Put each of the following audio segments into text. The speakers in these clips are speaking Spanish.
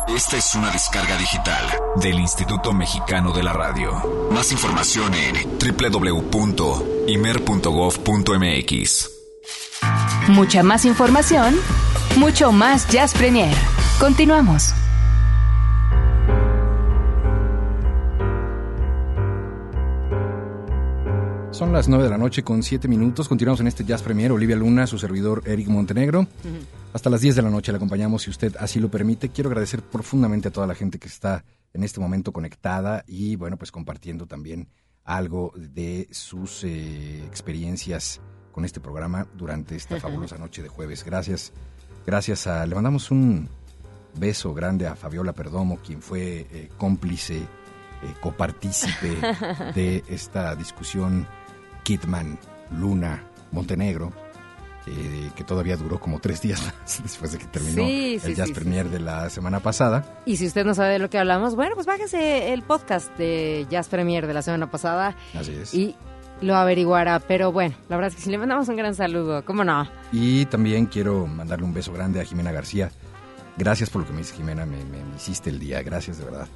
Esta es una descarga digital del Instituto Mexicano de la Radio. Más información en www.imer.gov.mx. Mucha más información, mucho más Jazz Premier. Continuamos. Son las 9 de la noche con 7 minutos. Continuamos en este Jazz Premier. Olivia Luna, su servidor Eric Montenegro. Hasta las 10 de la noche le acompañamos, si usted así lo permite. Quiero agradecer profundamente a toda la gente que está en este momento conectada y, bueno, pues compartiendo también algo de sus experiencias con este programa durante esta fabulosa noche de jueves. Gracias. Le mandamos un beso grande a Fabiola Perdomo, quien fue cómplice, copartícipe de esta discusión Kidman, Luna, Montenegro, que todavía duró como 3 días más después de que terminó el Jazz Premier de la semana pasada. Y si usted no sabe de lo que hablamos, bueno, pues bájese el podcast de Jazz Premier de la semana pasada. Así es. Y lo averiguará, pero bueno, la verdad es que sí le mandamos un gran saludo, ¿cómo no? Y también quiero mandarle un beso grande a Jimena García. Gracias por lo que me dice Jimena, me hiciste el día, gracias de verdad.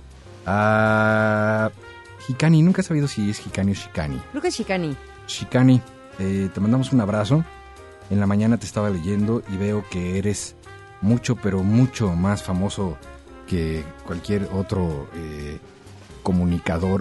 A Hikani, nunca he sabido si es Hikani o Shikani. Creo que es Shikani. Shikani, te mandamos un abrazo. En la mañana te estaba leyendo y veo que eres mucho, pero mucho más famoso que cualquier otro comunicador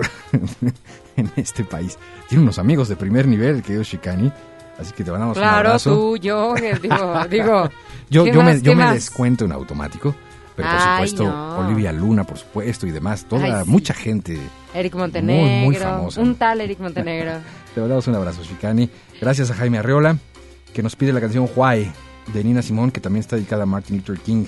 en este país. Tiene unos amigos de primer nivel, querido Shikani, así que te mandamos un abrazo. Claro, tú, yo, digo. Yo me descuento en automático. Pero por supuesto, no. Olivia Luna, por supuesto, y demás, mucha gente. Eric Montenegro. Muy famosa. Un tal Eric Montenegro. Te mandamos un abrazo, Shikani. Gracias a Jaime Arreola, que nos pide la canción Why, de Nina Simone, que también está dedicada a Martin Luther King.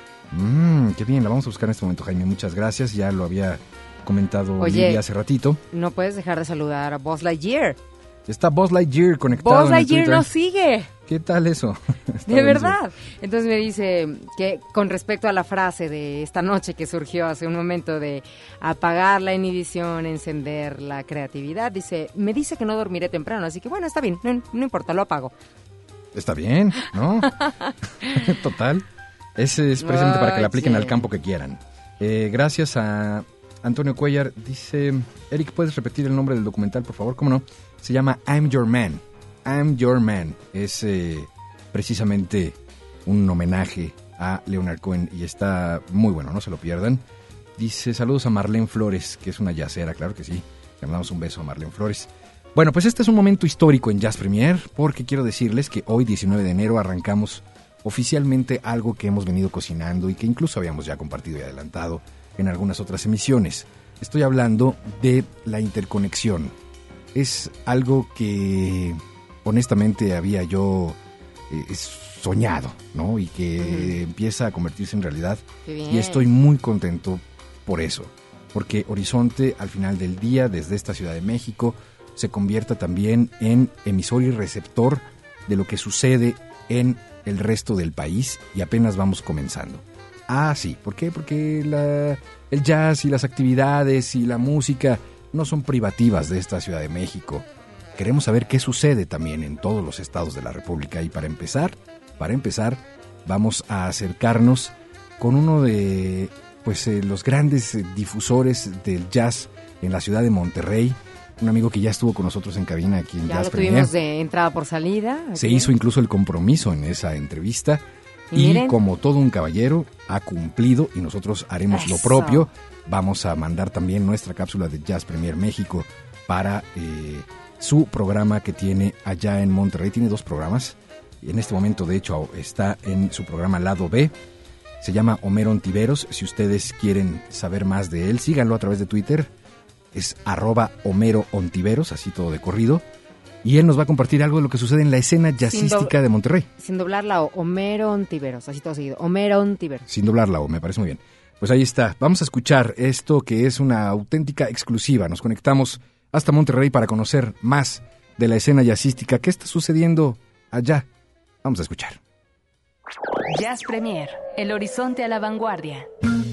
Qué bien, la vamos a buscar en este momento, Jaime. Muchas gracias, ya lo había comentado Olivia hace ratito. No puedes dejar de saludar a Buzz Lightyear. Está Buzz Lightyear conectado. Buzz Lightyear nos sigue. ¿Qué tal eso? De verdad. Entonces me dice que con respecto a la frase de esta noche que surgió hace un momento de apagar la inhibición, encender la creatividad, me dice que no dormiré temprano, así que bueno, está bien, no importa, lo apago. Está bien, ¿no? Total. Ese es precisamente para que la apliquen al campo que quieran. Gracias a Antonio Cuellar. Dice, Eric, ¿puedes repetir el nombre del documental, por favor? ¿Cómo no? Se llama I'm Your Man. I'm Your Man. Es precisamente un homenaje a Leonard Cohen y está muy bueno, no se lo pierdan. Dice, saludos a Marlene Flores, que es una jazzera, claro que sí. Le mandamos un beso a Marlene Flores. Bueno, pues este es un momento histórico en Jazz Premier, porque quiero decirles que hoy, 19 de enero, arrancamos oficialmente algo que hemos venido cocinando y que incluso habíamos ya compartido y adelantado en algunas otras emisiones. Estoy hablando de la interconexión. Es algo que honestamente había yo soñado, ¿no? Y que empieza a convertirse en realidad. Y estoy muy contento por eso. Porque Horizonte, al final del día, desde esta Ciudad de México, se convierta también en emisor y receptor de lo que sucede en el resto del país y apenas vamos comenzando. Sí. ¿Por qué? Porque el jazz y las actividades y la música no son privativas de esta Ciudad de México. Queremos saber qué sucede también en todos los estados de la República. Y para empezar, vamos a acercarnos con uno de los grandes difusores del jazz en la ciudad de Monterrey. Un amigo que ya estuvo con nosotros en cabina aquí en Jazz Premier. Ya lo tuvimos de entrada por salida. Aquí. Se hizo incluso el compromiso en esa entrevista. Y como todo un caballero, ha cumplido y nosotros haremos lo propio. Vamos a mandar también nuestra cápsula de Jazz Premier México para su programa que tiene allá en Monterrey. Tiene 2 programas. Y en este momento, de hecho, está en su programa Lado B. Se llama Homero Ontiveros. Si ustedes quieren saber más de él, síganlo a través de Twitter. Es @Homero Ontiveros, así todo de corrido. Y él nos va a compartir algo de lo que sucede en la escena jazzística de Monterrey. Sin doblar la O, Homero Ontiveros, así todo seguido. Homero Ontiveros. Sin doblar la O, me parece muy bien. Pues ahí está. Vamos a escuchar esto que es una auténtica exclusiva. Nos conectamos hasta Monterrey para conocer más de la escena jazzística. ¿Qué está sucediendo allá? Vamos a escuchar. Jazz Premier, el horizonte a la vanguardia.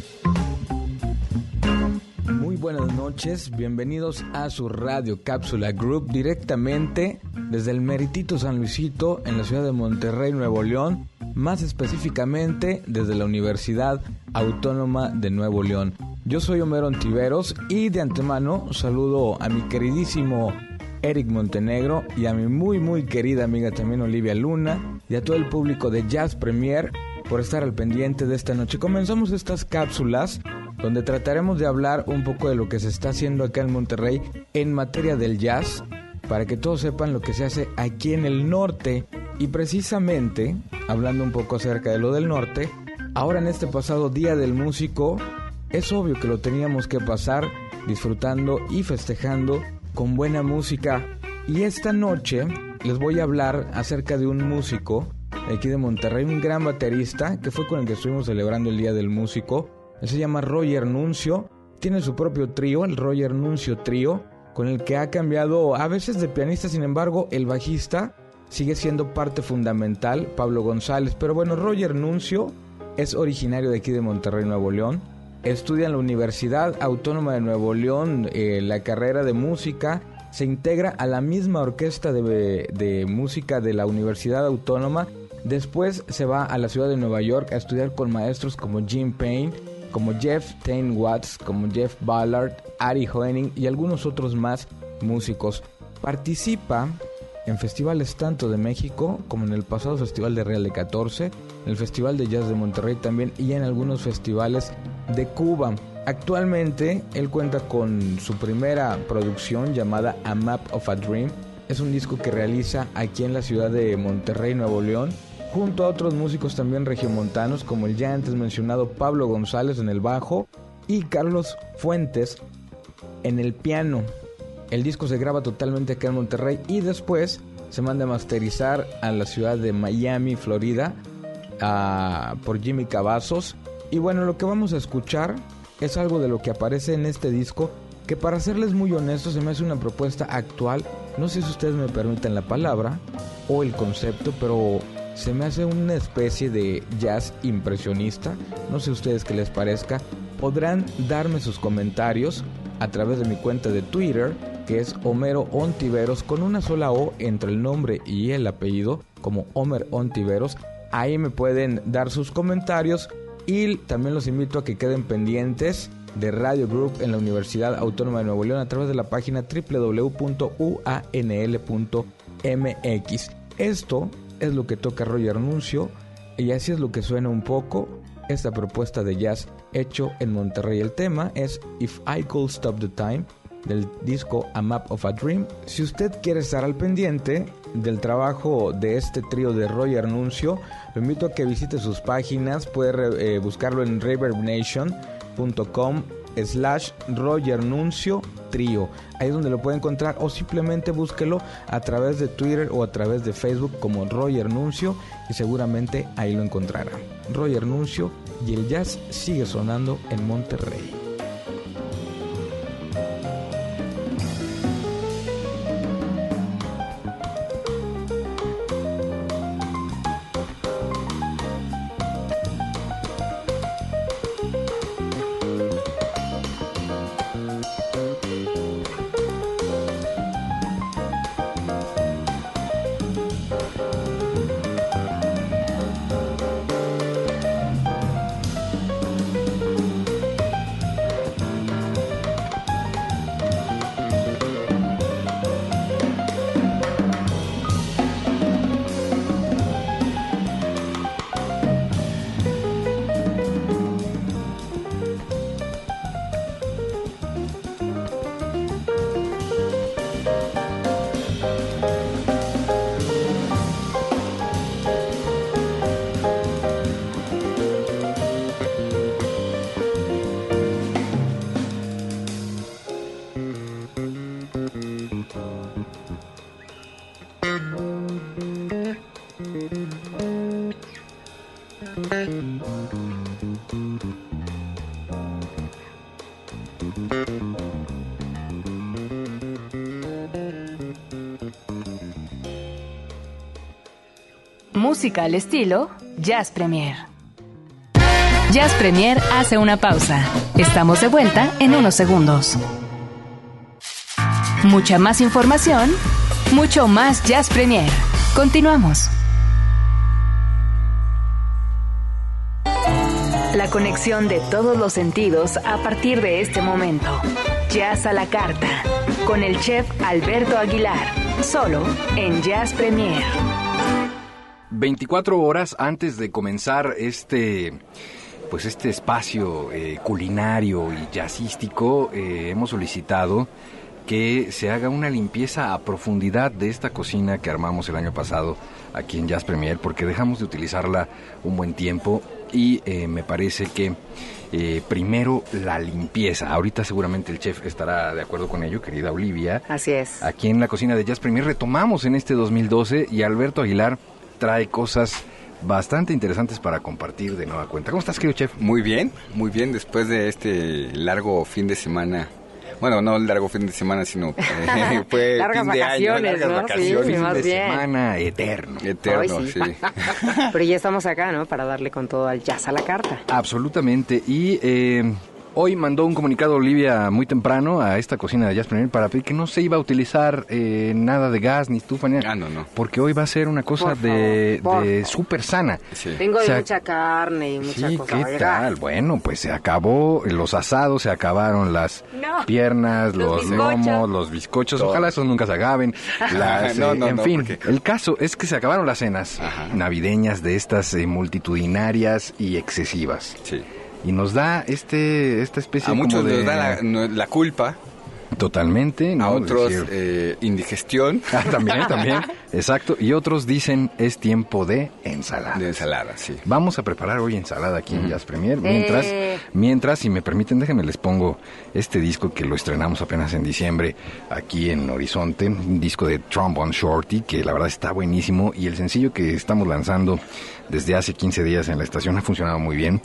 Muy buenas noches, bienvenidos a su Radio Cápsula Group directamente desde el meritito San Luisito en la ciudad de Monterrey, Nuevo León, más específicamente desde la Universidad Autónoma de Nuevo León. Yo soy Homero Ontiveros y de antemano saludo a mi queridísimo Eric Montenegro y a mi muy querida amiga también Olivia Luna y a todo el público de Jazz Premier por estar al pendiente de esta noche. Comenzamos estas cápsulas donde trataremos de hablar un poco de lo que se está haciendo acá en Monterrey en materia del jazz, para que todos sepan lo que se hace aquí en el norte. Y precisamente, hablando un poco acerca de lo del norte, ahora en este pasado Día del Músico, es obvio que lo teníamos que pasar disfrutando y festejando con buena música. Y esta noche les voy a hablar acerca de un músico de aquí de Monterrey, un gran baterista que fue con el que estuvimos celebrando el Día del Músico. Él se llama Roger Nuncio, tiene su propio trío, el Roger Nuncio Trío, con el que ha cambiado a veces de pianista. Sin embargo, el bajista sigue siendo parte fundamental, Pablo González. Pero bueno, Roger Nuncio es originario de aquí de Monterrey, Nuevo León. Estudia en la Universidad Autónoma de Nuevo León la carrera de música. Se integra a la misma orquesta de música de la Universidad Autónoma. Después se va a la ciudad de Nueva York a estudiar con maestros como Jim Payne, como Jeff Tain Watts, como Jeff Ballard, Ari Hoening y algunos otros más músicos. Participa en festivales tanto de México como en el pasado Festival de Real de 14, en el Festival de Jazz de Monterrey también y en algunos festivales de Cuba. Actualmente él cuenta con su primera producción llamada A Map of a Dream. Es un disco que realiza aquí en la ciudad de Monterrey, Nuevo León, junto a otros músicos también regiomontanos como el ya antes mencionado Pablo González en el bajo y Carlos Fuentes en el piano. El disco se graba totalmente acá en Monterrey y después se manda a masterizar a la ciudad de Miami, Florida, por Jimmy Cavazos. Y bueno, lo que vamos a escuchar es algo de lo que aparece en este disco, que para serles muy honestos se me hace una propuesta actual. No sé si ustedes me permiten la palabra o el concepto, pero se me hace una especie de jazz impresionista. No sé ustedes qué les parezca. Podrán darme sus comentarios a través de mi cuenta de Twitter, que es Homero Ontiveros, con una sola O entre el nombre y el apellido, como Homer Ontiveros. Ahí me pueden dar sus comentarios y también los invito a que queden pendientes de Radio Group en la Universidad Autónoma de Nuevo León a través de la página www.uanl.mx. Esto es lo que toca Roger Nuncio y así es lo que suena un poco esta propuesta de jazz hecho en Monterrey. El tema es If I Could Stop the Time, del disco A Map of a Dream. Si usted quiere estar al pendiente del trabajo de este trío de Roger Nuncio, lo invito a que visite sus páginas. Puede buscarlo en reverbnation.com/Roger Nuncio Trío. Ahí es donde lo puede encontrar, o simplemente búsquelo a través de Twitter o a través de Facebook como Roger Nuncio y seguramente ahí lo encontrará. Roger Nuncio y el jazz sigue sonando en Monterrey. Música al estilo Jazz Premier. Jazz Premier hace una pausa. Estamos de vuelta en unos segundos. Mucha más información, mucho más Jazz Premier. Continuamos. La conexión de todos los sentidos a partir de este momento. Jazz a la carta, con el chef Alberto Aguilar, solo en Jazz Premier. 24 horas antes de comenzar este espacio culinario y jazzístico, hemos solicitado que se haga una limpieza a profundidad de esta cocina que armamos el año pasado aquí en Jazz Premier, porque dejamos de utilizarla un buen tiempo y me parece que primero la limpieza. Ahorita seguramente el chef estará de acuerdo con ello, querida Olivia. Así es. Aquí en la cocina de Jazz Premier retomamos en este 2012 y Alberto Aguilar trae cosas bastante interesantes para compartir de nueva cuenta. ¿Cómo estás, querido chef? Muy bien, después de este largo fin de semana. Bueno, no largo fin de semana, sino fue largas fin de año, vacaciones, largas ¿no? vacaciones. Sí, más de bien. semana eterno. Eterno, Ay, sí. sí. Pero ya estamos acá, ¿no? Para darle con todo al jazz a la carta. Absolutamente. Y hoy mandó un comunicado Olivia muy temprano a esta cocina de Jazz Premier para pedir que no se iba a utilizar nada de gas ni estufa ni nada. Ah, no. Porque hoy va a ser una cosa Por favor. de súper sana. Sí. Tengo de O sea, mucha carne y mucha Sí, cosa. ¿qué ¿verdad? tal? Bueno, pues se acabó los asados, se acabaron las No. piernas, Los los bizcochos. lomos, los bizcochos. Todo. Ojalá esos nunca se acaben. Las, No, en no, fin, porque- el caso es que se acabaron las cenas navideñas de estas multitudinarias y excesivas. Sí. Y nos da esta especie A muchos como de... les da la culpa, Totalmente, ¿no? a otros Decir- indigestión también, exacto. Y otros dicen, es tiempo de ensalada. de ensalada, sí. Vamos a preparar hoy ensalada aquí en Jazz Premier. Eh. Mientras, si me permiten, déjenme les pongo este disco que lo estrenamos apenas en diciembre aquí en Horizonte. Un disco de Trombone Shorty que la verdad está buenísimo. Y el sencillo que estamos lanzando desde hace 15 días en la estación ha funcionado muy bien.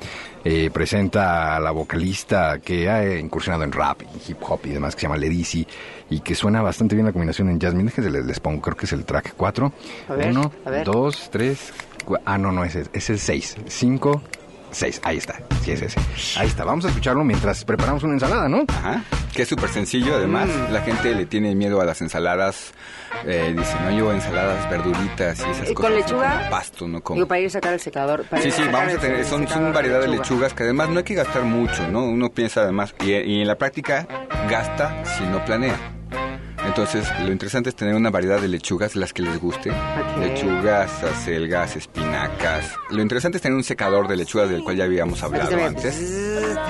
Presenta a la vocalista que ha incursionado en rap y hip hop y demás, que se llama Ledisi, y que suena bastante bien la combinación en jazz. Déjense, les pongo, creo que es el track 4. A ver, 1, a ver. 2, 3, no, es el 6. 5, 6, ahí está, sí es ese. Ahí está, vamos a escucharlo mientras preparamos una ensalada, ¿no? Ajá, que es súper sencillo. Además, la gente le tiene miedo a las ensaladas. Dice, no, yo ensaladas, verduritas y esas ¿Y cosas. con así lechuga? como pasto, no como... Digo, para ir a sacar el secador. Para Sí, ir a sí, sacar vamos a el tener, son secador variedad de lechuga. lechugas que además no hay que gastar mucho, ¿no? Uno piensa además, y en la práctica gasta si no planea. Entonces, lo interesante es tener una variedad de lechugas, las que les guste. Ok. Lechugas, acelgas, espinacas. Lo interesante es tener un secador de lechugas del cual ya habíamos Aquí hablado se ve. antes.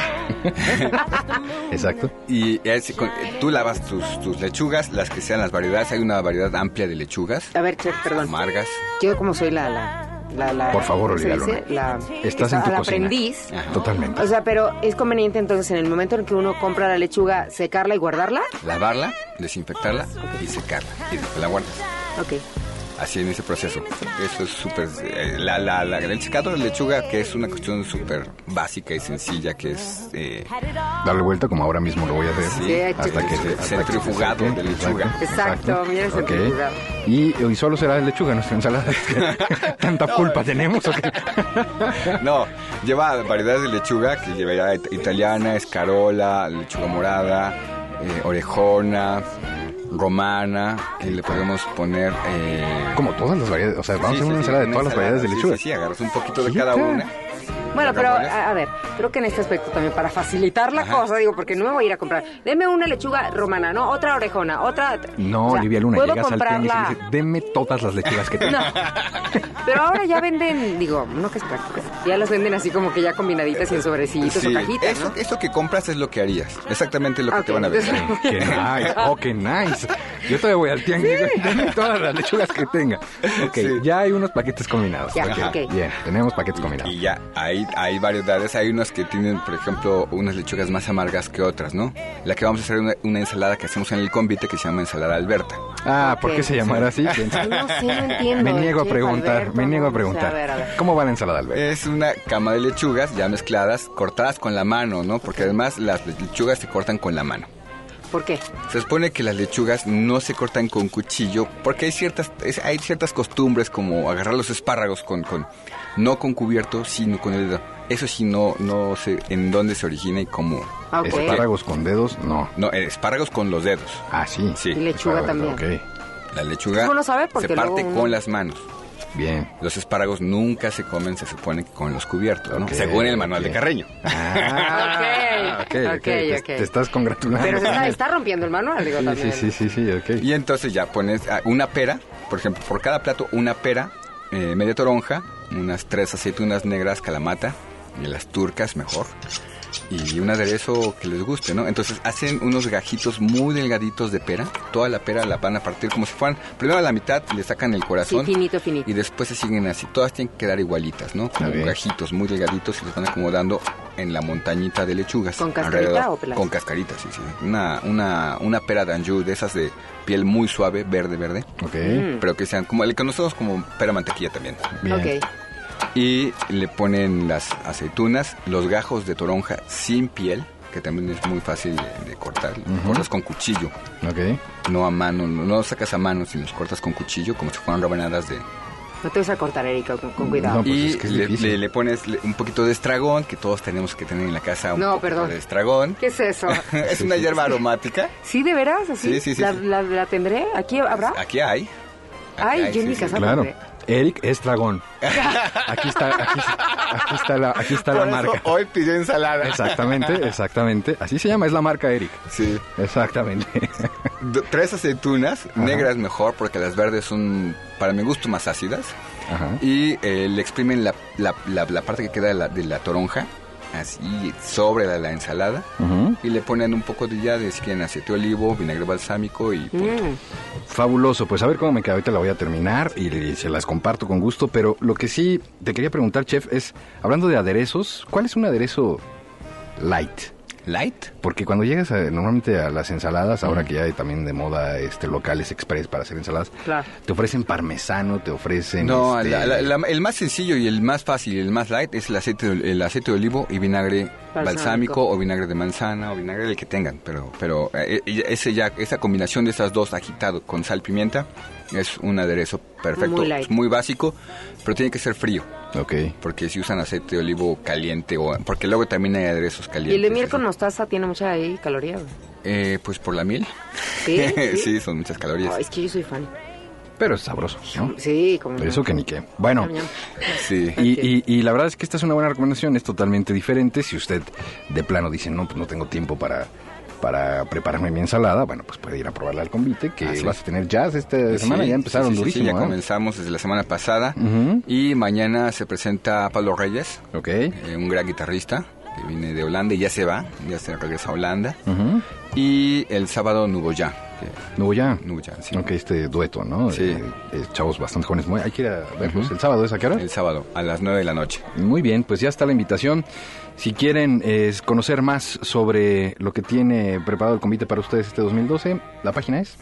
Exacto. Y tú lavas tus lechugas, las que sean las variedades. Hay una variedad amplia de lechugas, A ver, chef, perdón. amargas. Yo como soy la Por favor, ¿cómo se Olivia dice? Luna. Estás en tu la cocina. aprendiz. Ajá. Totalmente. O sea, pero es conveniente entonces en el momento en que uno compra la lechuga, secarla y guardarla. Lavarla, desinfectarla y secarla. Y después la guardas. Ok. Así en ese proceso. Eso es súper... el secado de lechuga, que es una cuestión súper básica y sencilla, que es... Darle vuelta como ahora mismo lo voy a hacer. Sí, hasta que se... centrifugado hasta que de se seque. lechuga. Exacto, mira el Ok. centrifugado. Y hoy solo será de lechuga nuestra ensalada. ¿Tanta pulpa tenemos o qué? No, lleva variedades de lechuga, que lleva italiana, escarola, lechuga morada, orejona, romana, y le podemos poner... Como todas las variedades. O sea, vamos a hacer una ensalada de todas las variedades de lechuga. Sí, agarras un poquito de Sí, cada claro. una. Bueno, pero Guacamoles. a ver, creo que en este aspecto también para facilitar la Ajá. cosa, digo, porque no me voy a ir a comprar. Deme una lechuga romana, ¿no? Otra orejona, otra... No, o sea, Olivia Luna, ¿puedo llegas al tianguis y comprarla? dices, deme todas las lechugas que tengas. No. Pero ahora ya venden, digo, no que es práctico. Ya las venden así como que ya combinaditas en sobrecitos Sí, o cajitas, eso, ¿no? eso que compras es lo que harías. Exactamente lo que Ok, te van a vender. entonces- ¡Qué nice! ¡Oh, qué nice! Yo todavía voy al tianguis y digo, deme todas las lechugas que tenga. Ok, Sí. ya hay unos paquetes combinados. Ya, Ok, ok. bien, tenemos paquetes combinados. Y ya, hay variedades. Hay unas que tienen, por ejemplo, unas lechugas más amargas que otras, ¿no? La que vamos a hacer es una ensalada que hacemos en el convite que se llama ensalada Alberta. Ah, ¿por qué Ok. se llamará así? Ay, no sé, no entiendo. Me niego a Chef preguntar, Alberto, me niego a no sé, preguntar. a ver. ¿Cómo va la ensalada, Alberto? Es una cama de lechugas ya mezcladas, cortadas con la mano, ¿no? Porque además las lechugas se cortan con la mano. ¿Por qué? Se supone que las lechugas no se cortan con cuchillo porque hay ciertas costumbres como agarrar los espárragos no con cubierto, sino con el dedo. Eso sí no sé en dónde se origina y cómo. Ah, ok. Espárragos con dedos, no. No, espárragos con los dedos. Ah, sí. Sí. Y lechuga Espárragos, también. ok. La lechuga ¿Cómo no sabe? Porque se parte luego uno- con las manos. Bien. Los espárragos nunca se comen, se supone, que con los cubiertos, ¿no? Ok, Según el manual de Carreño. Ok. Te estás congratulando. Pero está rompiendo el manual, digo, también. Sí, ok. Y entonces ya pones una pera, por ejemplo, por cada plato una pera, media toronja, unas 3 aceitunas negras Kalamata, y las turcas mejor, y un aderezo que les guste, ¿no? Entonces hacen unos gajitos muy delgaditos de pera. Toda la pera la van a partir como si fueran, primero a la mitad le sacan el corazón. Sí, finito. Y después se siguen así. Todas tienen que quedar igualitas, ¿no? Como gajitos muy delgaditos y los van acomodando en la montañita de lechugas. ¿Con cascarita o peladas? Con cascarita, sí. Una pera d'Anjou de esas de piel muy suave, verde. Ok. Pero que sean como, le conocemos como pera mantequilla también. Bien. Ok. Y le ponen las aceitunas, los gajos de toronja sin piel, que también es muy fácil de cortar. Cortas con cuchillo, Ok. no a mano, no los sacas a mano, sino los cortas con cuchillo, como si fueran rebanadas de... No te vas a cortar, Erika, con cuidado. No, pues y es que es difícil. le pones un poquito de estragón, que todos tenemos que tener en la casa. Perdón. De estragón. ¿Qué es eso? Es una hierba aromática. ¿Sí, de veras? ¿Así? Sí. ¿La tendré? ¿Aquí habrá? Aquí hay. Ay, yo en mi casa Claro. compré. Eric es dragón. Aquí está la Por marca. eso hoy pidió ensalada. Exactamente. Así se llama, es la marca Eric. Sí. Exactamente. 3 aceitunas, negras mejor, porque las verdes son, para mi gusto, más ácidas. Ajá. Y le exprimen la parte que queda de la toronja, así sobre la ensalada. Y le ponen un poco de si quieren, aceite de olivo, vinagre balsámico y punto. Fabuloso, pues a ver cómo me queda. Ahorita la voy a terminar y se las comparto con gusto. Pero lo que sí te quería preguntar, chef, es, hablando de aderezos, ¿cuál es un aderezo light? ¿Light? Porque cuando llegas normalmente a las ensaladas, ahora que ya hay también de moda locales express para hacer ensaladas, Claro. te ofrecen parmesano, te ofrecen... No, el más sencillo y el más fácil y el más light es el aceite de olivo y vinagre balsámico o vinagre de manzana o vinagre del que tengan. Pero esa combinación de esas dos agitado con sal, pimienta, es un aderezo perfecto. Muy light. Es muy básico, pero tiene que ser frío. Ok. Porque si usan aceite de olivo caliente, porque luego también hay aderezos calientes. ¿Y el de miel con mostaza tiene mucha caloría? Pues por la miel. ¿Sí? Sí, son muchas calorías. Es que yo soy fan. Pero es sabroso, ¿no? Sí, como... Eso que ni qué. Bueno, Ñam, ñam. Sí. y la verdad es que esta es una buena recomendación, es totalmente diferente. Si usted de plano dice, no, pues no tengo tiempo para prepararme mi ensalada, bueno, pues puede ir a probarla al convite, que sí. vas a tener jazz esta semana, ya empezaron sí, durísimo. Sí, ya comenzamos desde la semana pasada y mañana se presenta Pablo Reyes, Ok. un gran guitarrista que viene de Holanda y ya se regresa a Holanda. Y el sábado Nuboya. Nuboya, sí. Ok, este dueto, ¿no? Sí. Chavos bastante jóvenes, hay que ir a verlos. ¿El sábado es a qué hora? El sábado a las 9 de la noche. Muy bien, pues ya está la invitación. Si quieren conocer más sobre lo que tiene preparado el convite para ustedes este 2012, la página es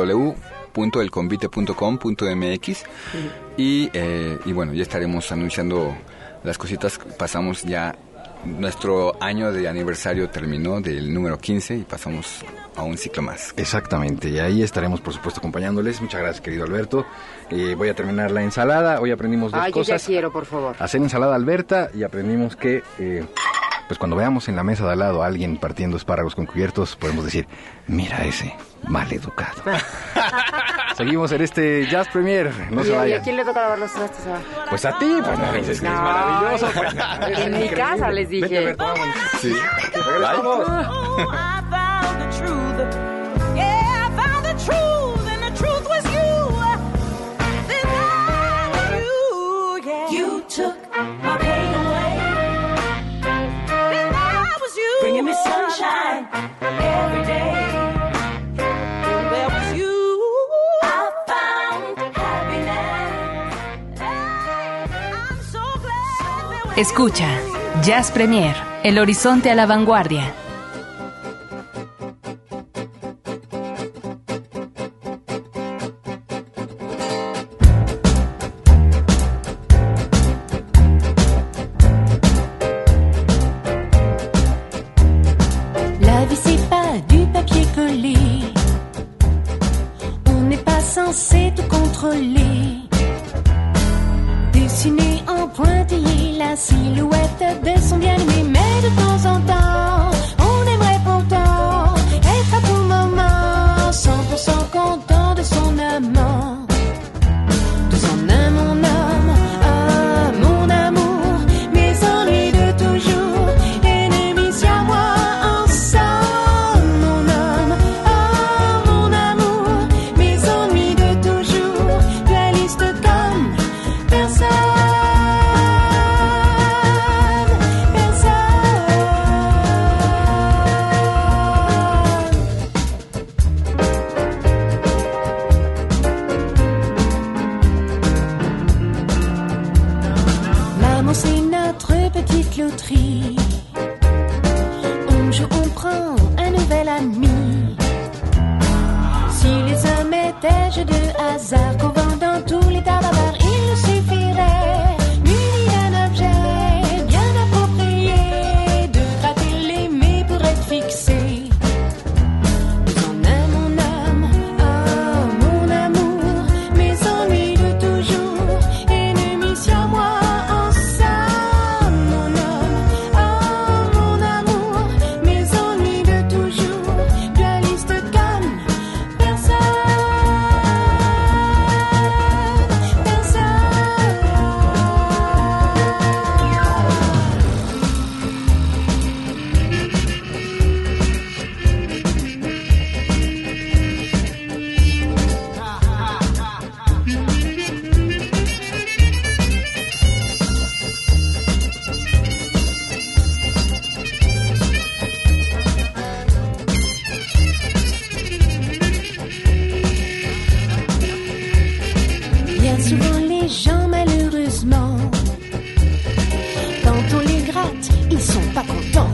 www.elconvite.com.mx y bueno, ya estaremos anunciando las cositas. Pasamos ya, nuestro año de aniversario terminó del número 15 y pasamos a un ciclo más. Exactamente, y ahí estaremos por supuesto acompañándoles. Muchas gracias, querido Alberto. Voy a terminar la ensalada. Hoy aprendimos dos cosas. Yo ya quiero, por favor. Hacer ensalada Alberta, y aprendimos que pues cuando veamos en la mesa de al lado a alguien partiendo espárragos con cubiertos, podemos decir, mira ese maleducado. Seguimos en este Jazz Premier, no se ¿Y a vayan. quién le toca lavar los trastes ahora? Pues a ti, pues no dices que es maravilloso. Pues, En mi casa les dije. Vete, Alberto, vámonos. Sí. Regresamos. I found the truth. Yeah, I found the truth, and the truth was you. Then I knew, yeah. You took my pain away. Then I was you. Bringing me sunshine every day. There was you. I found happiness. I'm so glad there was Escucha Jazz Premier, El Horizonte a la Vanguardia. La vie c'est pas du papier collé. On n'est pas censé tout contrôler. Dessiner en pointillé la silhouette de son bien-aimé, mais de temps en temps, on aimerait pourtant être à tout moment 100% content de son amant, de son amant. prend un nouvel ami. Si les hommes étaient jeux de hasard, courant dans tous les tas d'avares, il nous suffirait, muni d'un objet bien approprié, de gratter l'aimer pour être fixé. Mais en un, mon âme, oh mon amour, mes ennuis de toujours, ennemis sur moi en somme, mon homme, oh mon amour, mes ennuis de toujours, dualiste comme personne. Bien souvent les gens malheureusement, quand on les gratte, ils sont pas contents.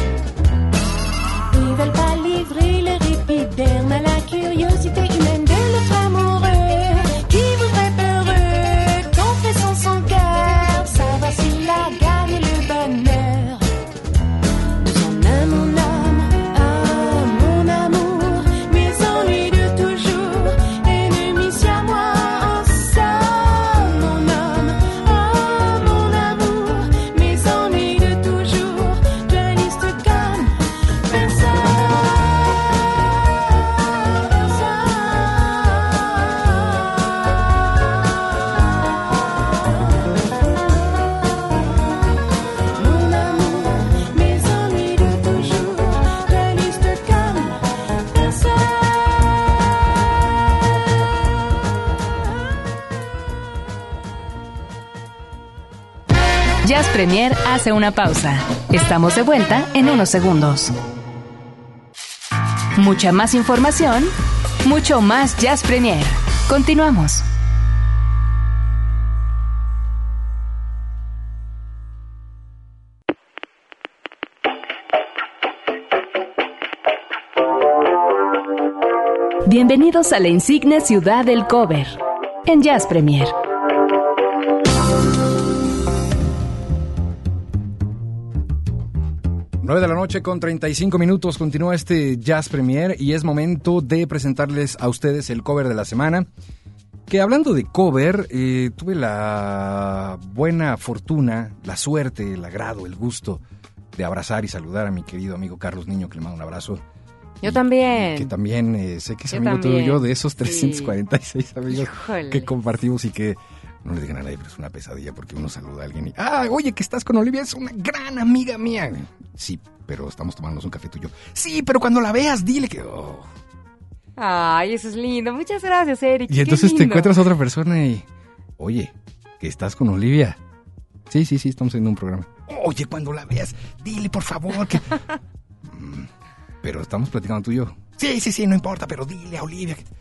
Ils veulent pas livrer leur épiderme à la curiosité humaine de l'autre amoureux, qui voudrait peureux, confessant son cœur, savoir s'il a gagné le bonheur. Nous en un, mon âme, ah mon amour, mes ennuis de toujours, ennemis sur moi en somme, mon homme, ah mon amour, mes ennuis de toujours, dualiste comme personne. Mon amour, mes ennuis de toujours, dualiste comme personne. Jazz Premier hace una pausa. Estamos de vuelta en unos segundos. Mucha más información, mucho más Jazz Premier. Continuamos. Bienvenidos a la insigne ciudad del cover en Jazz Premier. Nueve de la noche con 35 minutos continúa este Jazz Premier y es momento de presentarles a ustedes el cover de la semana. Que hablando de cover, tuve la buena fortuna, la suerte, el agrado, el gusto de abrazar y saludar a mi querido amigo Carlos Niño, que le mando un abrazo. Yo también. Que también sé que es Yo amigo también. tuyo, de esos Sí. 346 amigos Híjole. que compartimos y que no le digan a nadie, pero es una pesadilla porque uno saluda a alguien y ¡ah, oye, que estás con Olivia! Es una gran amiga mía. Sí, pero estamos tomándonos un café tuyo. Sí, pero cuando la veas, dile que... oh. Ay, eso es lindo. Muchas gracias, Eric. Y Qué entonces te lindo. encuentras a otra persona y... Oye, que estás con Olivia. Sí, estamos haciendo un programa. Oye, cuando la veas, dile por favor que... pero estamos platicando tú y yo. Sí, no importa, pero dile a Olivia que...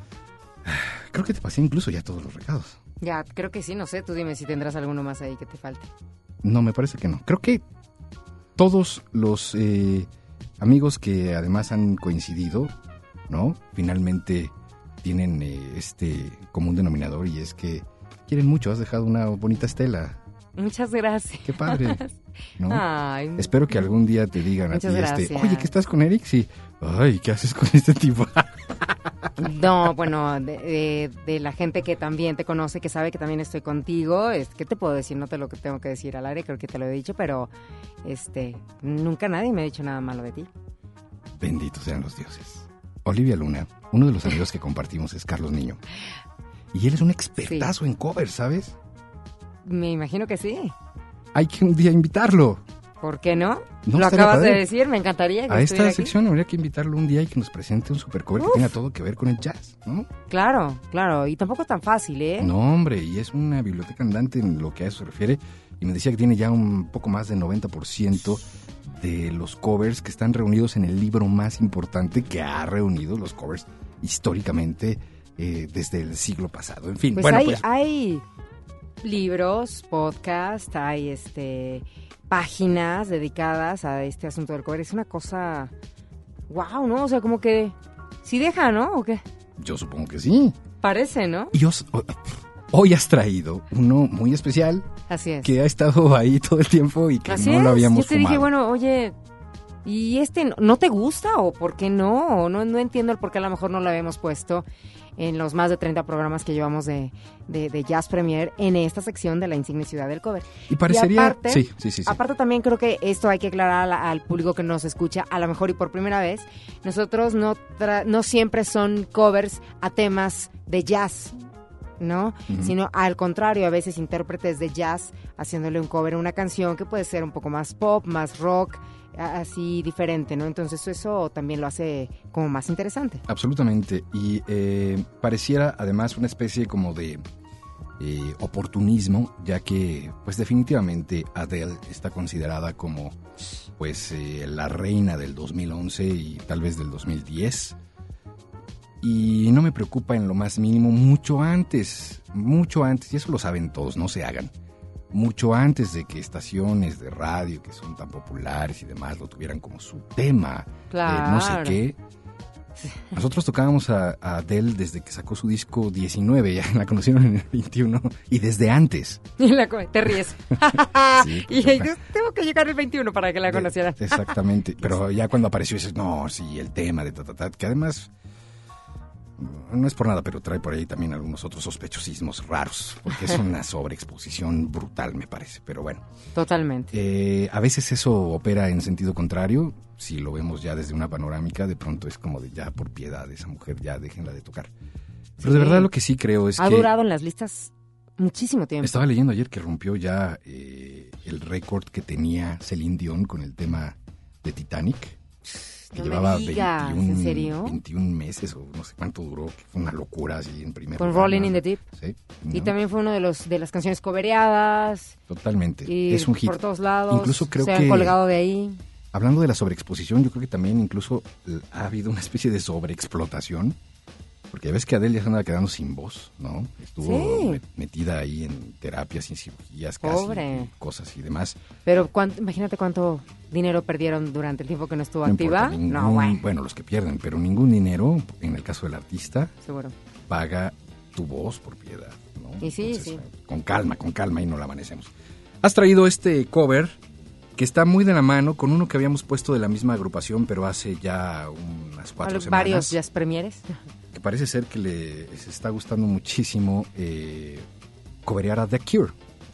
Creo que te pasé incluso ya todos los recados. Ya, creo que sí, no sé. Tú dime si tendrás alguno más ahí que te falte. No, me parece que no. Creo que todos los amigos que además han coincidido, ¿no? Finalmente tienen este común denominador y es que quieren mucho. Has dejado una bonita estela. Muchas gracias. Qué padre, ¿no? Ay, Espero que algún día te digan a ti, muchas gracias. oye, ¿que estás con Eric? Sí. Ay, ¿qué haces con este tipo? no, bueno, de la gente que también te conoce, que sabe que también estoy contigo, ¿qué te puedo decir? No te lo que tengo que decir al aire, creo que te lo he dicho, pero nunca nadie me ha dicho nada malo de ti. Benditos sean los dioses. Olivia Luna, uno de los amigos que compartimos es Carlos Niño. Y él es un expertazo en covers, ¿sabes? Me imagino que sí. Hay que un día invitarlo. ¿Por qué no? No, Lo estaría acabas de padre. decir, me encantaría que A estuviera esta aquí. sección habría que invitarlo un día y que nos presente un super cover que tenga todo que ver con el jazz, ¿no? Claro, y tampoco es tan fácil, ¿eh? No, hombre, y es una biblioteca andante en lo que a eso se refiere. Y me decía que tiene ya un poco más del 90% de los covers que están reunidos en el libro más importante que ha reunido los covers históricamente desde el siglo pasado. En fin, Pues bueno, hay, pues hay libros, podcast, hay páginas dedicadas a este asunto del cover. Es una cosa... ¡Wow! ¿No? O sea, como que... ¿Sí deja, no? ¿O qué? Yo supongo que sí. Parece, ¿no? Y hoy has traído uno muy especial. Así es. Que ha estado ahí todo el tiempo y que Así no es. lo habíamos Yo te dije, fumado. bueno, oye, ¿y no te gusta o por qué no? O no entiendo el por qué a lo mejor no lo habíamos puesto en los más de 30 programas que llevamos de Jazz Premier en esta sección de la insigne ciudad del cover. Y parecería... Y aparte, sí. Aparte también creo que esto hay que aclarar al público que nos escucha, a lo mejor y por primera vez, nosotros no siempre son covers a temas de jazz, ¿no? Sino al contrario, a veces intérpretes de jazz haciéndole un cover a una canción que puede ser un poco más pop, más rock, así diferente, ¿no? Entonces eso también lo hace como más interesante. Absolutamente. Y pareciera además una especie como de oportunismo, ya que pues definitivamente Adele está considerada como pues la reina del 2011 y tal vez del 2010. Y no me preocupa en lo más mínimo mucho antes, y eso lo saben todos, no se hagan. Mucho antes de que estaciones de radio que son tan populares y demás lo tuvieran como su tema, Claro. no sé qué. Nosotros tocábamos a Adele desde que sacó su disco 19, ya la conocieron en el 21, y desde antes. Y te ríes. Sí, Y pues, yo tengo que llegar el 21 para que la conocieran. Exactamente, pero ya cuando apareció dices, no, sí, el tema de que además... No es por nada, pero trae por ahí también algunos otros sospechosismos raros, porque es una sobreexposición brutal, me parece, pero bueno. Totalmente. A veces eso opera en sentido contrario, si lo vemos ya desde una panorámica, de pronto es como de ya por piedad, esa mujer ya déjenla de tocar. Pero de verdad lo que sí creo es Ha que... durado en las listas muchísimo tiempo. Estaba leyendo ayer que rompió ya el récord que tenía Celine Dion con el tema de Titanic. Que No me llevaba digas, 21, ¿en serio? 21 meses o no sé cuánto duró, que fue una locura así en primer Con lugar, Rolling ¿no? in the Deep. Sí, Y ¿no? también fue uno de las canciones covereadas. Totalmente, Y es un hit. por todos lados. Incluso creo se que han colgado de ahí. Hablando de la sobreexposición, yo creo que también incluso ha habido una especie de sobreexplotación. Porque ves que Adele ya se andaba quedando sin voz, ¿no? Estuvo Sí. metida ahí en terapias y cirugías casi, Pobre. y cosas y demás. Pero imagínate cuánto dinero perdieron durante el tiempo que no estuvo No activa. importa, No, bueno, bueno, los que pierden, pero ningún dinero, en el caso del artista, seguro. paga tu voz por piedad, ¿no? Y sí, Entonces, sí. Con calma y no la amanecemos. Has traído este cover que está muy de la mano con uno que habíamos puesto de la misma agrupación, pero hace ya unas 4 semanas. Varios jazz premieres. Que parece ser que les está gustando muchísimo coverear a The Cure,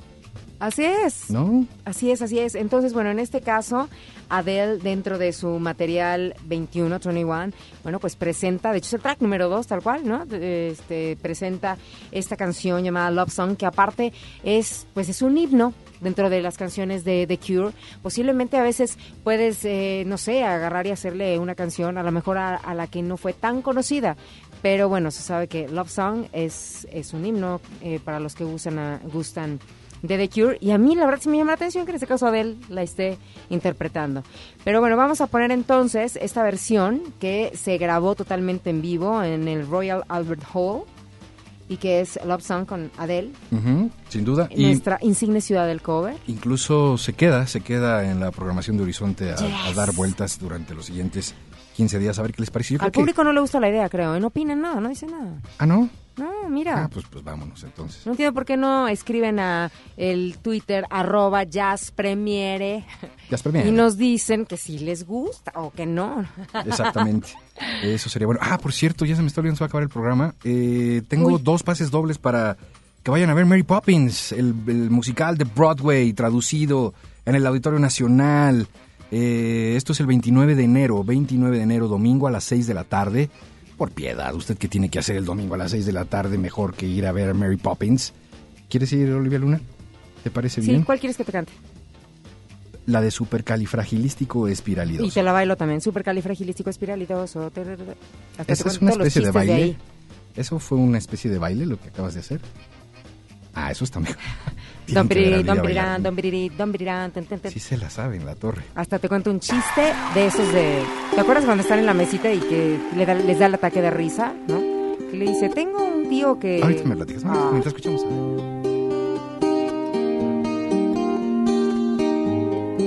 Así es. ¿no? Así es. Entonces, bueno, en este caso, Adele, dentro de su material 21, bueno, pues presenta, de hecho es el track número 2, tal cual, ¿no? Presenta esta canción llamada Love Song, que aparte es un himno dentro de las canciones de The Cure. Posiblemente a veces puedes, no sé, agarrar y hacerle una canción, a lo mejor a la que no fue tan conocida. Pero bueno, se sabe que Love Song es un himno para los que gustan de The Cure, y a mí la verdad sí me llama la atención que en este caso Adele la esté interpretando. Pero bueno, vamos a poner entonces esta versión que se grabó totalmente en vivo en el Royal Albert Hall y que es Love Song con Adele, Ujú, sin duda. en nuestra insigne ciudad del cover. Incluso se queda en la programación de Horizonte a Yes. dar vueltas durante los siguientes 15 días a ver qué les pareció. Yo Al creo público no le gusta la idea, creo, no opinan nada, no dicen nada. Ah, ¿no? No, mira. Pues vámonos entonces. No entiendo por qué no escriben a el Twitter @jazzpremiere Jazz Premier. y nos dicen que sí les gusta o que no. Exactamente. Eso sería bueno. Por cierto, ya se me está olvidando, se va a acabar el programa. Tengo 2 pases dobles para que vayan a ver Mary Poppins, el musical de Broadway traducido en el Auditorio Nacional. Esto es el 29 de enero, domingo a las 6 de la tarde. Por piedad, ¿usted qué tiene que hacer el domingo a las 6 de la tarde mejor que ir a ver a Mary Poppins? ¿Quieres ir, Olivia Luna? ¿Te parece bien? Sí, ¿cuál quieres que te cante? La de supercalifragilístico espiralidoso. Y te la bailo también, supercalifragilístico espiralidoso. Hasta Esa te es cuento una los especie de chistes baile. ahí. ¿Eso fue una especie de baile lo que acabas de hacer? Eso está mejor. Don Tienen que ver a Piriri, Olivia don bailar. Pirirán, don Piriri, don Pirirán, ten, ten, ten. Sí se la sabe en la torre. Hasta te cuento un chiste de esos de... ¿Te acuerdas cuando están en la mesita y que les da el ataque de risa, no? Que le dice, tengo un tío que... Ahorita me platicas, ¿no? Mientras escuchamos.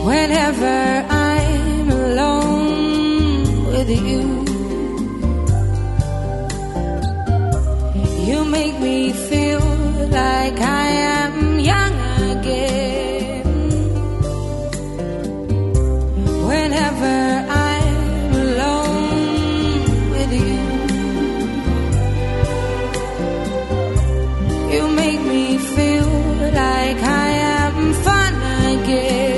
Whenever I'm alone with you, you make me feel like I am young again. Whenever I'm alone with you, you make me feel like I am fun again.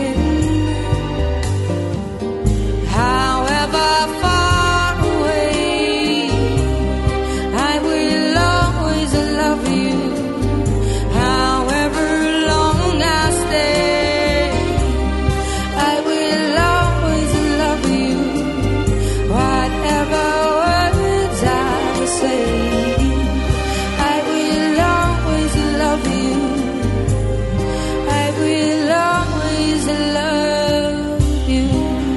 However far away, I will always love you. However long I stay, I will always love you. Whatever words I say, I will always love you. I will always love you.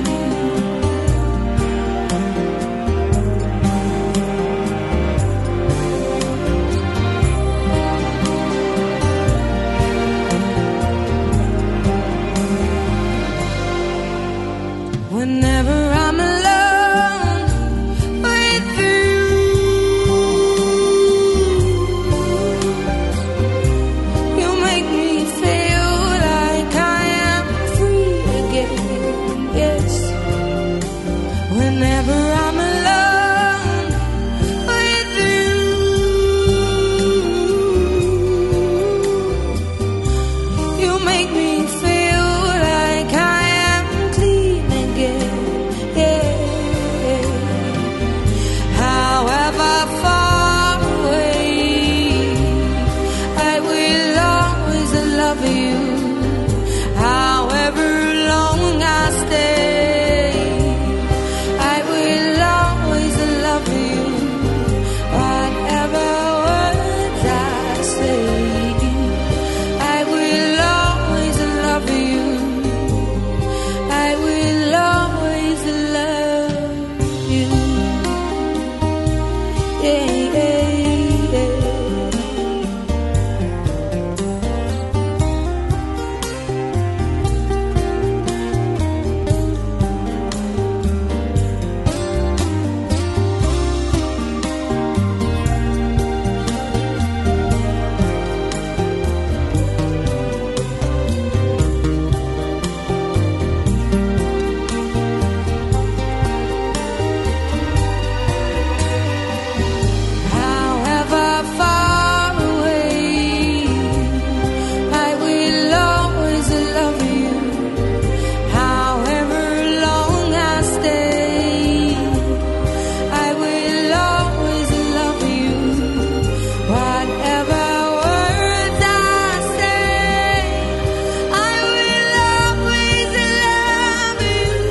Whenever I'm alone with you, you make me feel like I am free again. Yes. Whenever I'm alone with you, you make me feel like I am clean again. Yeah. However far away, I will always love you. However long I stay, I will always love you. Whatever words I say, I will always love you. I will always love you. Yeah, yeah, yeah. However far away, I will always love you. However long I stay, I will always love you. Whatever words I say, I will always love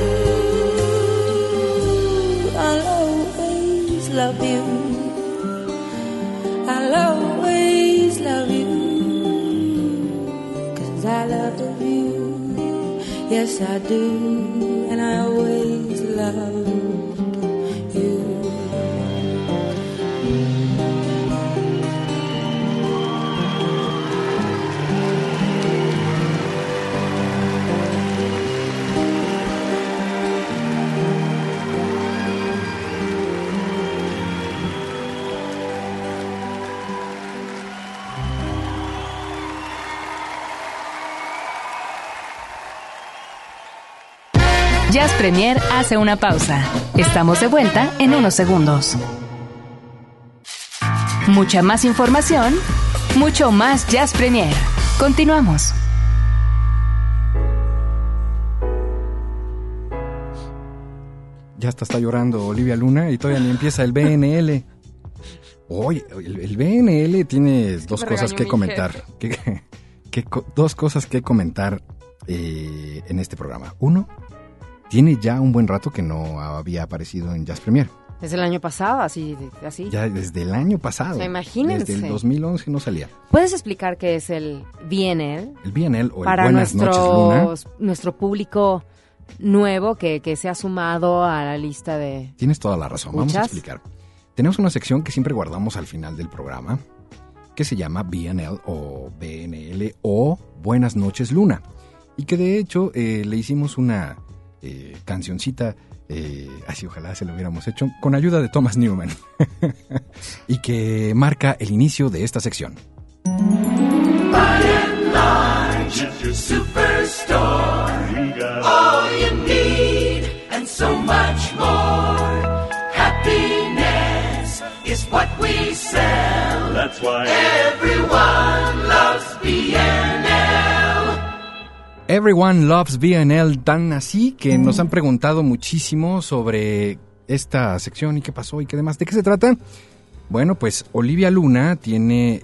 you. I'll always love you. I'll always love you, 'cause I love you. Yes, I do, and I always loved you. Jazz Premier hace una pausa. Estamos de vuelta en unos segundos. Mucha más información, mucho más Jazz Premier. Continuamos. Ya hasta está llorando Olivia Luna y todavía ni empieza el BNL. Oye, el BNL tiene dos cosas que comentar. Dos cosas que comentar en este programa. Uno, tiene ya un buen rato que no había aparecido en Jazz Premier. Desde el año pasado, así. Ya desde el año pasado. O sea, imagínense. Desde el 2011 no salía. ¿Puedes explicar qué es el BNL? El BNL o el para Buenas Noches Luna. Nuestro público nuevo que se ha sumado a la lista de... Tienes toda la razón. ¿Escuchas? Vamos a explicar. Tenemos una sección que siempre guardamos al final del programa que se llama BNL o BNL o Buenas Noches Luna. y que de hecho le hicimos una cancioncita, así ojalá se lo hubiéramos hecho, con ayuda de Thomas Newman, y que marca el inicio de esta sección. By and large, it's your superstore. All you need and so much more. Happiness is what we sell. That's why everyone loves B&L. Everyone loves B&L, tan así que nos han preguntado muchísimo sobre esta sección y qué pasó y qué demás. ¿De qué se trata? Bueno, pues Olivia Luna tiene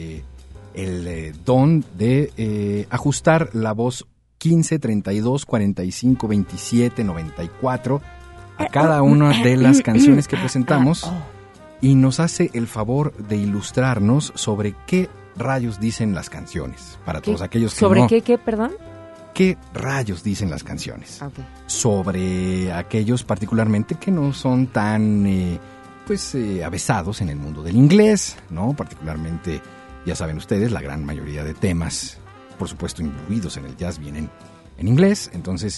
el don de ajustar la voz 15, 32, 45, 27, 94 a cada una de las canciones que presentamos y nos hace el favor de ilustrarnos sobre qué rayos dicen las canciones. Para todos aquellos que ¿Sobre no... qué, perdón? ¿Qué rayos dicen las canciones? Okay. Sobre aquellos particularmente que no son tan avesados en el mundo del inglés, ¿no? Particularmente, ya saben ustedes, la gran mayoría de temas, por supuesto, imbuidos en el jazz vienen en inglés. Entonces,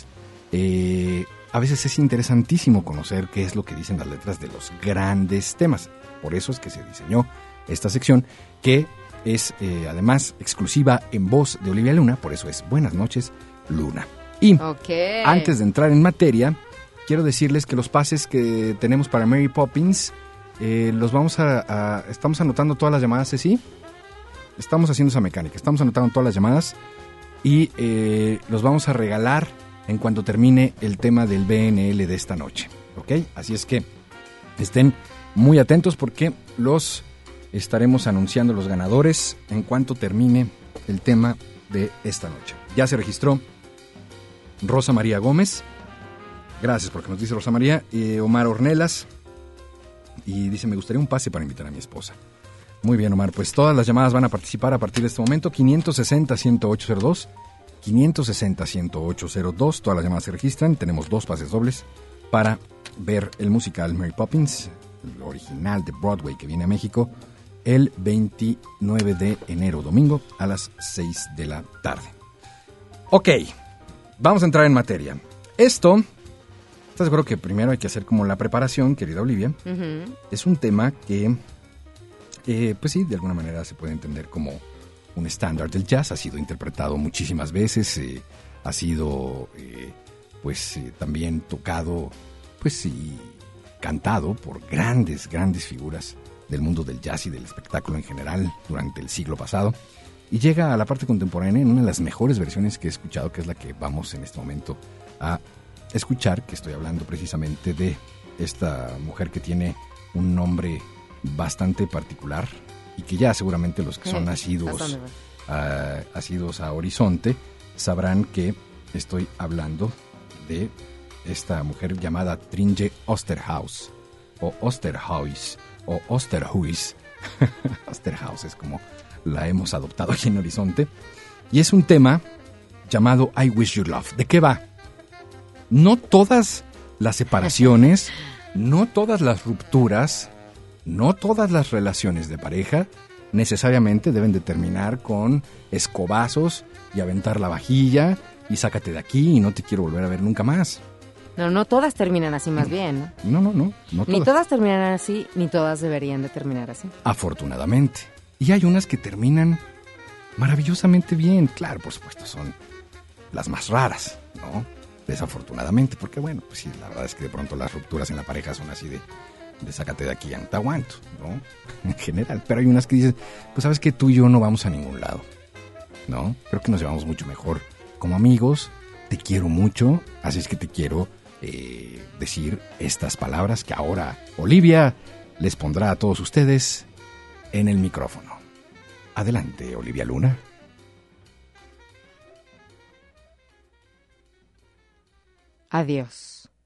a veces es interesantísimo conocer qué es lo que dicen las letras de los grandes temas. Por eso es que se diseñó esta sección, que es además exclusiva en voz de Olivia Luna, por eso es Buenas noches, Luna. Y antes de entrar en materia, quiero decirles que los pases que tenemos para Mary Poppins, los vamos estamos anotando todas las llamadas, ¿sí? Estamos haciendo esa mecánica, estamos anotando todas las llamadas y los vamos a regalar en cuanto termine el tema del BNL de esta noche, ¿ok? Así es que estén muy atentos porque los estaremos anunciando los ganadores en cuanto termine el tema de esta noche. Ya se registró Rosa María Gómez, gracias porque nos dice Rosa María, Omar Ornelas, y dice, me gustaría un pase para invitar a mi esposa. Muy bien, Omar, pues todas las llamadas van a participar a partir de este momento, 560-10802, 560-10802, todas las llamadas se registran, tenemos 2 pases dobles para ver el musical Mary Poppins, el original de Broadway que viene a México, el 29 de enero, domingo, a las 6 de la tarde. Ok, vamos a entrar en materia. ¿Estás seguro que primero hay que hacer como la preparación, querida Olivia? Uh-huh. Es un tema que, pues sí, de alguna manera se puede entender como un estándar del jazz. Ha sido interpretado muchísimas veces, ha sido, también tocado, y cantado por grandes figuras del mundo del jazz y del espectáculo en general durante el siglo pasado. Y llega a la parte contemporánea en una de las mejores versiones que he escuchado, que es la que vamos en este momento a escuchar, que estoy hablando precisamente de esta mujer que tiene un nombre bastante particular y que ya seguramente los que son nacidos a Horizonte sabrán que estoy hablando de esta mujer llamada Trinje Osterhaus o Osterhuis o Osterhuis. Osterhaus es como la hemos adoptado aquí en Horizonte, y es un tema llamado I Wish You Love. ¿De qué va? No todas las separaciones, no todas las rupturas, no todas las relaciones de pareja necesariamente deben de terminar con escobazos y aventar la vajilla y sácate de aquí y no te quiero volver a ver nunca más. No todas terminan así, más bien, ¿no? No todas. Ni todas terminan así, ni todas deberían de terminar así. Afortunadamente. Y hay unas que terminan maravillosamente bien. Claro, por supuesto, son las más raras, ¿no? Desafortunadamente, porque bueno, pues sí, la verdad es que de pronto las rupturas en la pareja son así de sácate de aquí, ya no te aguanto, ¿no? En general. Pero hay unas que dicen, pues sabes que tú y yo no vamos a ningún lado, ¿no? Creo que nos llevamos mucho mejor como amigos, te quiero mucho, así es que te quiero decir estas palabras que ahora Olivia les pondrá a todos ustedes en el micrófono. Adelante, Olivia Luna. Adiós.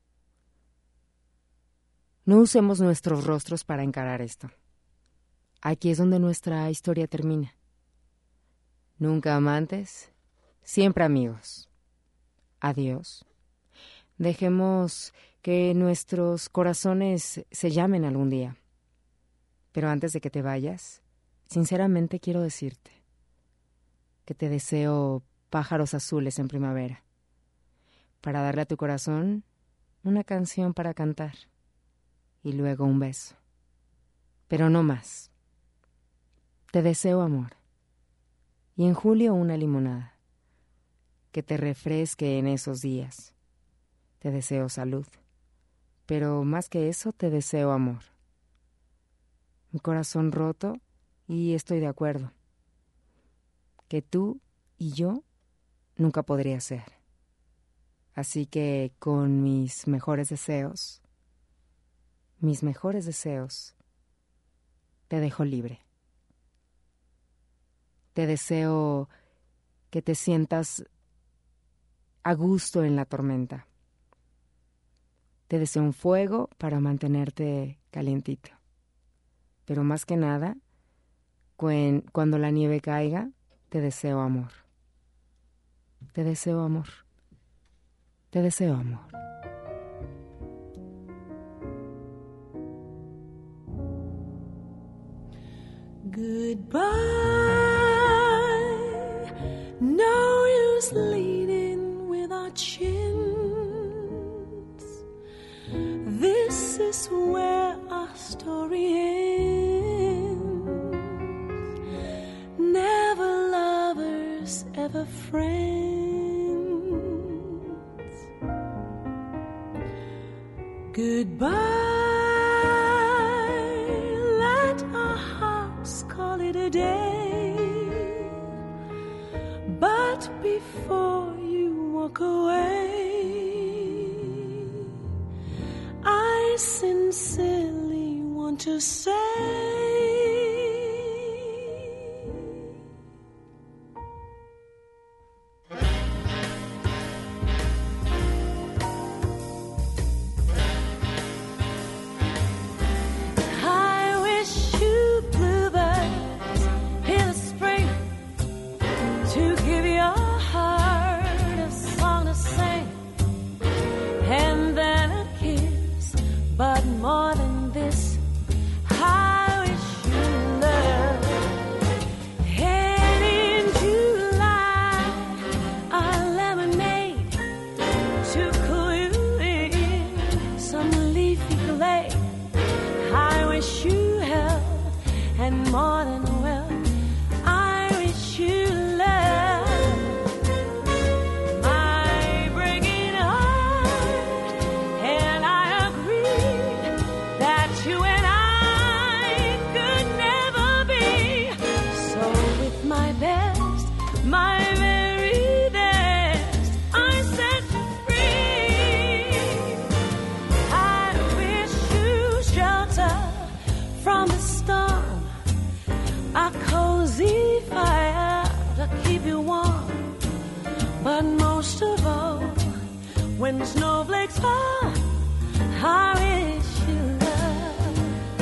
No usemos nuestros rostros para encarar esto. Aquí es donde nuestra historia termina. Nunca amantes, siempre amigos. Adiós. Dejemos que nuestros corazones se llamen algún día. Pero antes de que te vayas, sinceramente quiero decirte que te deseo pájaros azules en primavera, para darle a tu corazón una canción para cantar y luego un beso, pero no más. Te deseo amor y en julio una limonada que te refresque en esos días. Te deseo salud, pero más que eso te deseo amor. Mi corazón roto y estoy de acuerdo que tú y yo nunca podría ser. Así que con mis mejores deseos, te dejo libre. Te deseo que te sientas a gusto en la tormenta. Te deseo un fuego para mantenerte calientito. Pero más que nada, cuando la nieve caiga, te deseo amor. Te deseo amor. Te deseo amor. Goodbye. No use leading with our chins. This is where our story ends. Never lovers, ever friends. Goodbye. Let our hearts call it a day. But before you walk away, I sincerely want to say, I wish you bluebirds in the spring to give your heart a song to sing, and then a kiss. But more than this, I wish you love. And in July, a lemonade to cool you in some leafy glade. I wish you health, and more than well, I wish you love. My breaking heart, and I agree that you and I could never be. So with my best, my very best, I set you free. I wish you shelter from the storm, a cozy fire to keep you warm. But most of all, when snowflakes fall, I wish you love.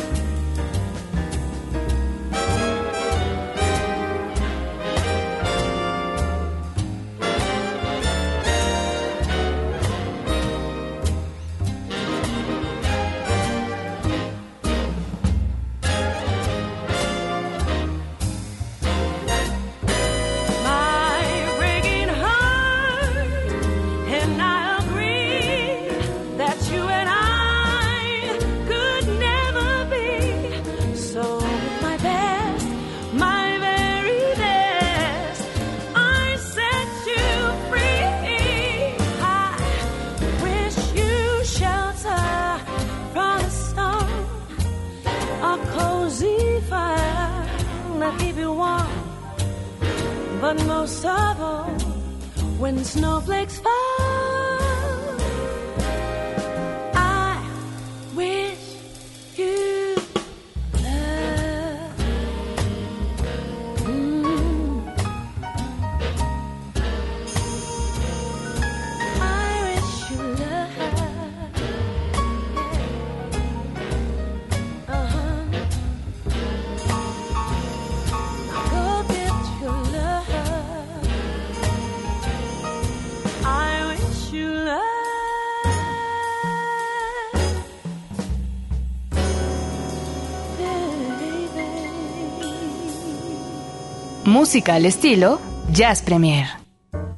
My breaking heart, and I agree that you and I could never be. So with my best, my very best, I set you free. I wish you shelter from the storm, a cozy fire to keep you warm. But most of all, when snowflakes fall, I wish you love. I wish you love. Go get your love. I wish you love. Música al estilo Jazz Premier.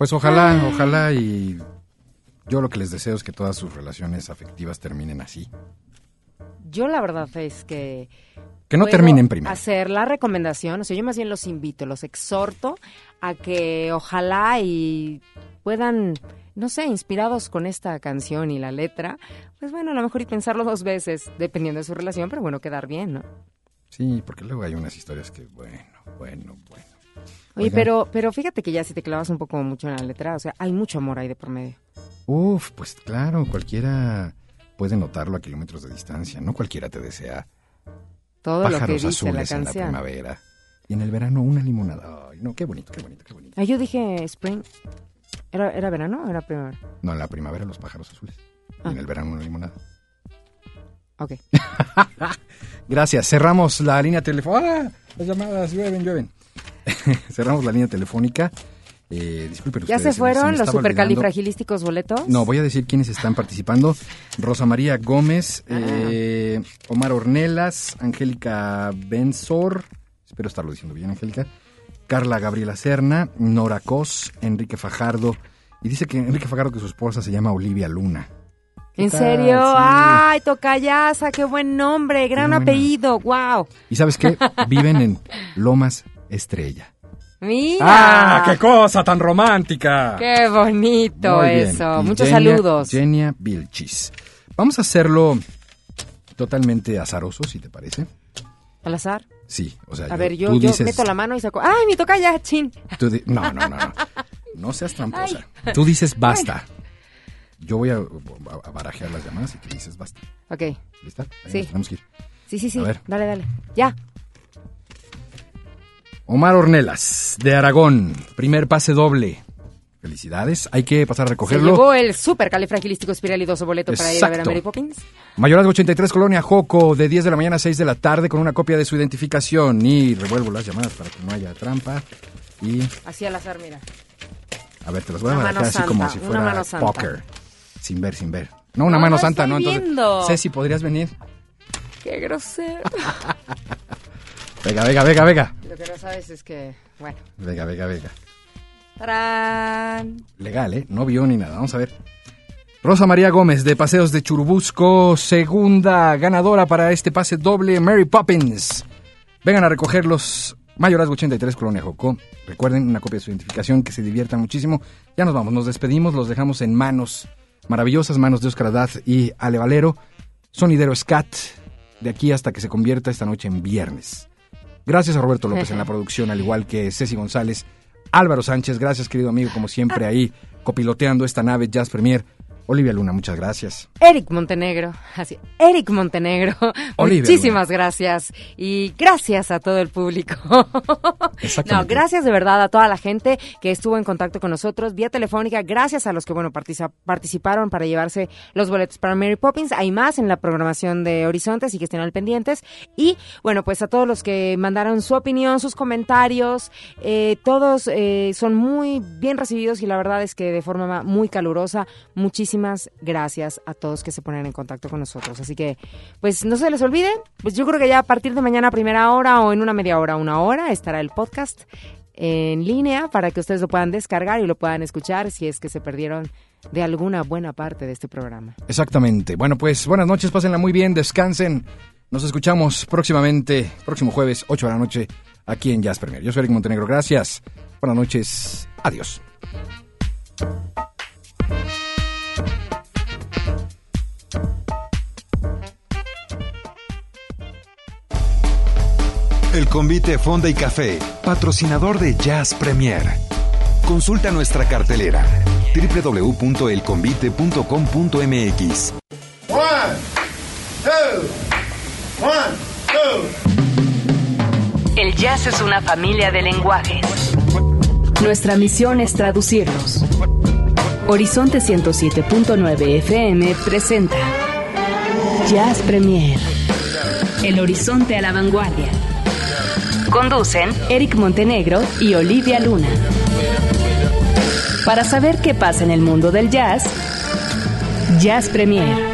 Pues ojalá y yo lo que les deseo es que todas sus relaciones afectivas terminen así. Yo la verdad es que no puedo terminen primero. hacer la recomendación, o sea, yo más bien los invito, los exhorto a que ojalá y puedan, no sé, inspirados con esta canción y la letra, pues bueno, a lo mejor y pensarlo 2 veces, dependiendo de su relación, pero bueno, quedar bien, ¿no? Sí, porque luego hay unas historias que, bueno. Oye, Oigan. pero fíjate que ya si te clavas un poco mucho en la letra, o sea, hay mucho amor ahí de por medio. Uf, pues claro, cualquiera puede notarlo a kilómetros de distancia, no cualquiera te desea Todo lo que pájaros dice la azules en la canción. primavera y en el verano una limonada. Ay, no, qué bonito. Ah, yo dije spring. ¿Era verano o era primavera? No, en la primavera los pájaros azules y en el verano una limonada. Ok. Gracias, cerramos la línea telefónica. Las llamadas llueven. Cerramos la línea telefónica. Disculpen ¿Ya ustedes, se fueron me los estaba supercalifragilísticos boletos? No, voy a decir quiénes están participando. Rosa María Gómez, Omar Ornelas, Angélica Benzor, espero estarlo diciendo bien, Angélica, Carla Gabriela Serna, Nora Cos, Enrique Fajardo, y dice que Enrique Fajardo que su esposa se llama Olivia Luna. ¿En tal? serio? Sí. ¡Ay, tocayasa! ¡Qué buen nombre! ¡Gran Qué buena. apellido! ¡Wow! ¿Y sabes qué? Viven en Lomas Estrella. ¡Mira! ¡Ah, qué cosa tan romántica! ¡Qué bonito Muy bien. eso! Y Muchos Genia- saludos. Genia Vilchis. Vamos a hacerlo totalmente azaroso, si te parece. ¿Al azar? Sí, o sea, A ver, yo tú dices, meto la mano y saco... ¡Ay, mi tocaya! ¡Chin! No. No seas tramposa. Tú dices basta. Yo voy a barajear las llamadas y tú dices basta. Ok. ¿Lista? Ahí Sí. nos tenemos que ir. Sí. A ver. Dale. Ya. Omar Ornelas, de Aragón. Primer pase doble. Felicidades. Hay que pasar a Se recogerlo. llevó el supercalifragilístico espiralidoso boleto para ir a ver a Exacto. Mary Poppins. Mayorazgo 83, Colonia Joco, de 10 de la mañana a 6 de la tarde, con una copia de su identificación. Y revuelvo las llamadas para que no haya trampa. Y, Así al azar, mira. a ver, te las voy a Una barajar mano así como santa, si una fuera mano santa. póker. Sin ver. No, una No, mano no santa, estoy no. Entonces, viendo. Ceci, ¿podrías venir? ¡Qué grosero! Venga. Lo que no sabes es que... Bueno. Venga. ¡Tarán! Legal, ¿eh? No vio ni nada. Vamos a ver. Rosa María Gómez, de Paseos de Churubusco, segunda ganadora para este pase doble, Mary Poppins. Vengan a recogerlos. Mayorazgo 83, Colonia Jocó. Recuerden, una copia de su identificación, que se diviertan muchísimo. Ya nos vamos, nos despedimos, los dejamos en manos maravillosas, manos de Óscar Haddad y Ale Valero. Sonidero Scat, de aquí hasta que se convierta esta noche en viernes. Gracias a Roberto López en la producción, al igual que Ceci González, Álvaro Sánchez, gracias querido amigo, como siempre ahí, copiloteando esta nave Jazz Premier. Olivia Luna, muchas gracias. Eric Montenegro, Olivia muchísimas gracias y gracias a todo el público. Exactamente. No, gracias de verdad a toda la gente que estuvo en contacto con nosotros vía telefónica, gracias a los que participaron para llevarse los boletos para Mary Poppins. Hay más en la programación de Horizonte, así que estén al pendientes. Y bueno, pues a todos los que mandaron su opinión, sus comentarios, todos son muy bien recibidos y la verdad es que de forma muy calurosa. Muchísimas gracias a todos que se ponen en contacto con nosotros. Así que, pues no se les olvide, pues yo creo que ya a partir de mañana a primera hora o en una media hora, 1 hora, estará el podcast en línea para que ustedes lo puedan descargar y lo puedan escuchar si es que se perdieron de alguna buena parte de este programa. Exactamente. Bueno, pues buenas noches, pásenla muy bien, descansen. Nos escuchamos próximamente, próximo jueves, 8 de la noche, aquí en Jazz Premier. Yo soy Eric Montenegro, gracias. Buenas noches, adiós. El Convite Fonda y Café, patrocinador de Jazz Premier. Consulta nuestra cartelera www.elconvite.com.mx. 1, 2, 1, 2. El jazz es una familia de lenguajes. Nuestra misión es traducirlos. Horizonte 107.9 FM presenta Jazz Premier. El horizonte a la vanguardia. Conducen Eric Montenegro y Olivia Luna. Para saber qué pasa en el mundo del jazz, Jazz Premier.